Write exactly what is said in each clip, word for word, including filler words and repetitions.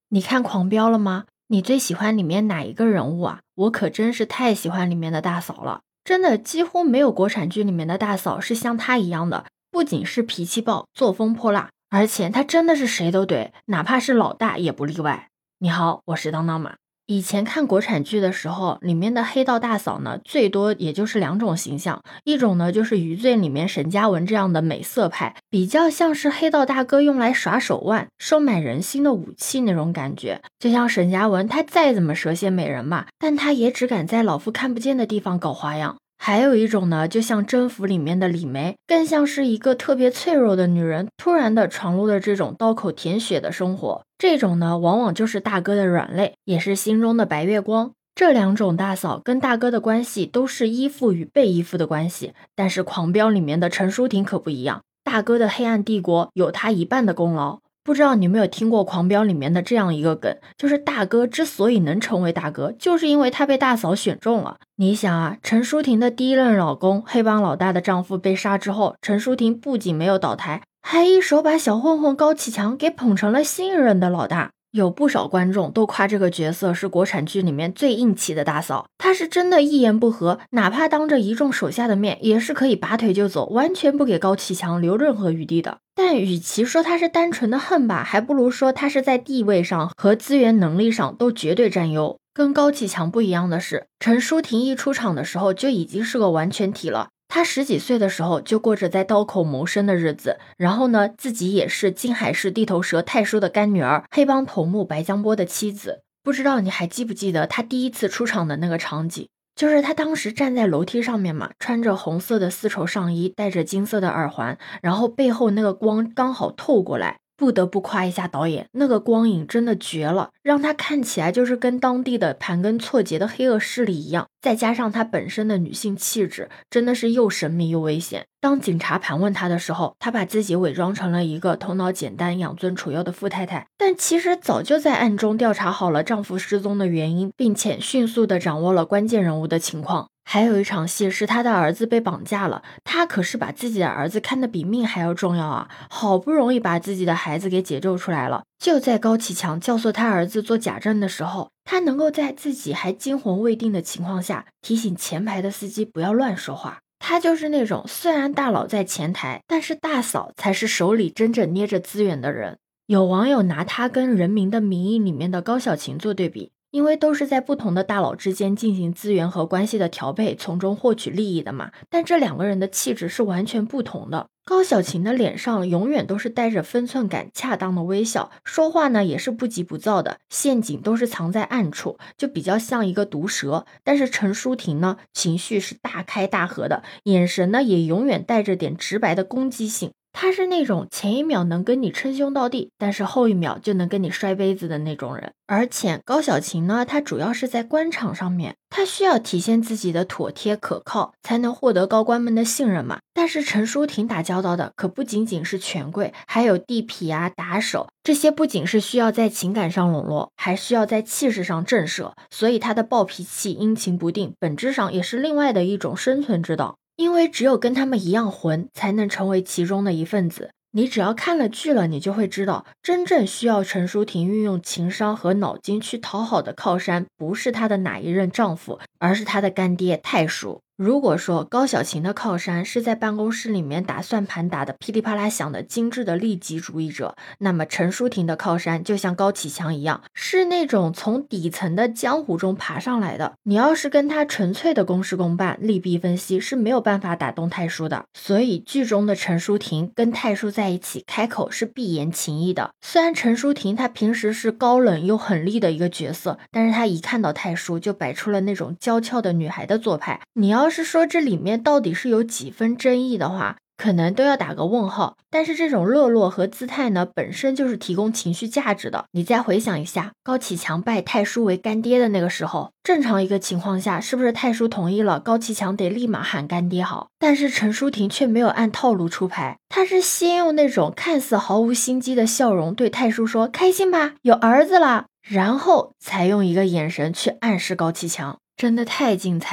你看《狂飙》了吗？你最喜欢里面哪一个人物啊？我可真是太喜欢里面的大嫂了，真的几乎没有国产剧里面的大嫂是像她一样的，不仅是脾气暴、作风泼辣，而且她真的是谁都怼，哪怕是老大也不例外。你好，我是当当马。以前看国产剧的时候，里面的黑道大嫂呢，最多也就是两种形象，一种呢就是余罪里面沈嘉文这样的美色派，比较像是黑道大哥用来耍手腕、收买人心的武器那种感觉。就像沈嘉文，他再怎么蛇蝎美人嘛，但他也只敢在老夫看不见的地方搞花样。还有一种呢，就像征服里面的李梅，更像是一个特别脆弱的女人，突然的闯入了这种刀口舔血的生活。这种呢，往往就是大哥的软肋，也是心中的白月光。这两种大嫂跟大哥的关系都是依附与被依附的关系，但是《狂飙》里面的陈淑婷可不一样，大哥的黑暗帝国有他一半的功劳。不知道你有没有听过《狂飙》里面的这样一个梗，就是大哥之所以能成为大哥，就是因为他被大嫂选中了。你想啊，陈淑婷的第一任老公黑帮老大的丈夫被杀之后，陈淑婷不仅没有倒台，还一手把小混混高启强给捧成了新一任的老大。有不少观众都夸这个角色是国产剧里面最硬气的大嫂，她是真的一言不合，哪怕当着一众手下的面也是可以拔腿就走，完全不给高启强留任何余地的。但与其说她是单纯的恨吧，还不如说她是在地位上和资源能力上都绝对占优。跟高启强不一样的是，陈淑婷一出场的时候就已经是个完全体了。他十几岁的时候就过着在刀口谋生的日子，然后呢，自己也是金海市地头蛇太叔的干女儿，黑帮头目白江波的妻子。不知道你还记不记得他第一次出场的那个场景，就是他当时站在楼梯上面嘛，穿着红色的丝绸上衣，戴着金色的耳环，然后背后那个光刚好透过来。不得不夸一下导演，那个光影真的绝了，让他看起来就是跟当地的盘根错节的黑恶势力一样，再加上他本身的女性气质，真的是又神秘又危险。当警察盘问他的时候，他把自己伪装成了一个头脑简单、养尊处优的富太太，但其实早就在暗中调查好了丈夫失踪的原因，并且迅速的掌握了关键人物的情况。还有一场戏是他的儿子被绑架了，他可是把自己的儿子看得比命还要重要啊！好不容易把自己的孩子给解救出来了，就在高启强教唆他儿子做假证的时候，他能够在自己还惊魂未定的情况下提醒前排的司机不要乱说话。他就是那种虽然大佬在前台，但是大嫂才是手里真正捏着资源的人。有网友拿他跟《人民的名义》里面的高小琴做对比，因为都是在不同的大佬之间进行资源和关系的调配，从中获取利益的嘛。但这两个人的气质是完全不同的。高小琴的脸上永远都是带着分寸感恰当的微笑，说话呢也是不急不躁的，陷阱都是藏在暗处，就比较像一个毒蛇。但是陈淑婷呢，情绪是大开大合的，眼神呢也永远带着点直白的攻击性。他是那种前一秒能跟你称兄道弟，但是后一秒就能跟你摔杯子的那种人。而且高小琴呢，她主要是在官场上面，她需要体现自己的妥帖可靠，才能获得高官们的信任嘛。但是陈淑婷打交道的可不仅仅是权贵，还有地痞啊、打手，这些不仅是需要在情感上笼络，还需要在气势上震慑，所以她的暴脾气、阴晴不定，本质上也是另外的一种生存之道。因为只有跟他们一样混，才能成为其中的一份子。你只要看了剧了，你就会知道，真正需要陈淑婷运用情商和脑筋去讨好的靠山，不是她的哪一任丈夫，而是她的干爹太叔。如果说高小琴的靠山是在办公室里面打算盘打的噼里啪啦响的精致的利己主义者，那么陈淑婷的靠山就像高启强一样，是那种从底层的江湖中爬上来的。你要是跟他纯粹的公事公办、利弊分析，是没有办法打动太叔的。所以剧中的陈淑婷跟太叔在一起开口是必言情意的。虽然陈淑婷她平时是高冷又狠厉的一个角色，但是她一看到太叔就摆出了那种娇俏的女孩的做派。你要是说这里面到底是有几分争议的话，可能都要打个问号。但是这种落落和姿态呢，本身就是提供情绪价值的。你再回想一下，高启强拜太叔为干爹的那个时候，正常一个情况下，是不是太叔同意了，高启强得立马喊干爹好？但是陈淑婷却没有按套路出牌，她是先用那种看似毫无心机的笑容对太叔说开心吧，有儿子了，然后才用一个眼神去暗示高启强，真的太精彩了。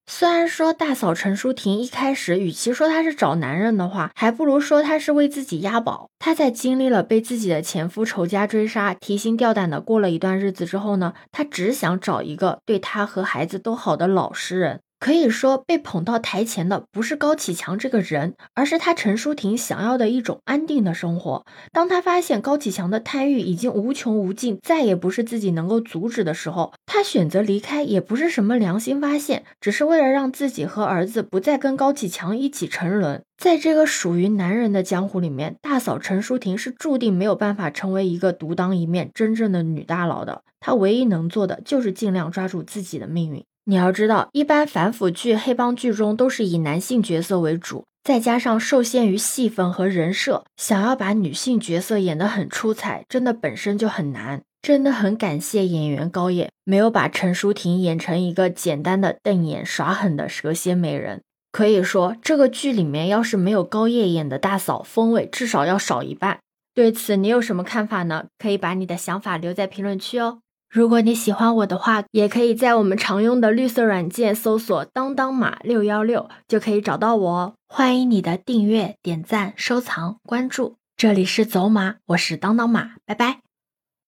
虽然说大嫂陈淑婷一开始与其说她是找男人的话，还不如说她是为自己押宝。她在经历了被自己的前夫仇家追杀，提心吊胆的过了一段日子之后呢，她只想找一个对她和孩子都好的老实人。可以说被捧到台前的不是高启强这个人，而是他陈淑婷想要的一种安定的生活。当他发现高启强的贪欲已经无穷无尽，再也不是自己能够阻止的时候，他选择离开也不是什么良心发现，只是为了让自己和儿子不再跟高启强一起沉沦。在这个属于男人的江湖里面，大嫂陈淑婷是注定没有办法成为一个独当一面真正的女大佬的，她唯一能做的就是尽量抓住自己的命运。你要知道，一般反腐剧、黑帮剧中都是以男性角色为主，再加上受限于戏份和人设，想要把女性角色演得很出彩，真的本身就很难。真的很感谢演员高叶，没有把陈淑婷演成一个简单的瞪眼耍狠的蛇蝎美人。可以说，这个剧里面要是没有高叶演的大嫂，风味至少要少一半。对此你有什么看法呢？可以把你的想法留在评论区哦。如果你喜欢我的话，也可以在我们常用的绿色软件搜索当当马六一六就可以找到我哦。欢迎你的订阅、点赞、收藏、关注。这里是走马，我是当当马，拜拜。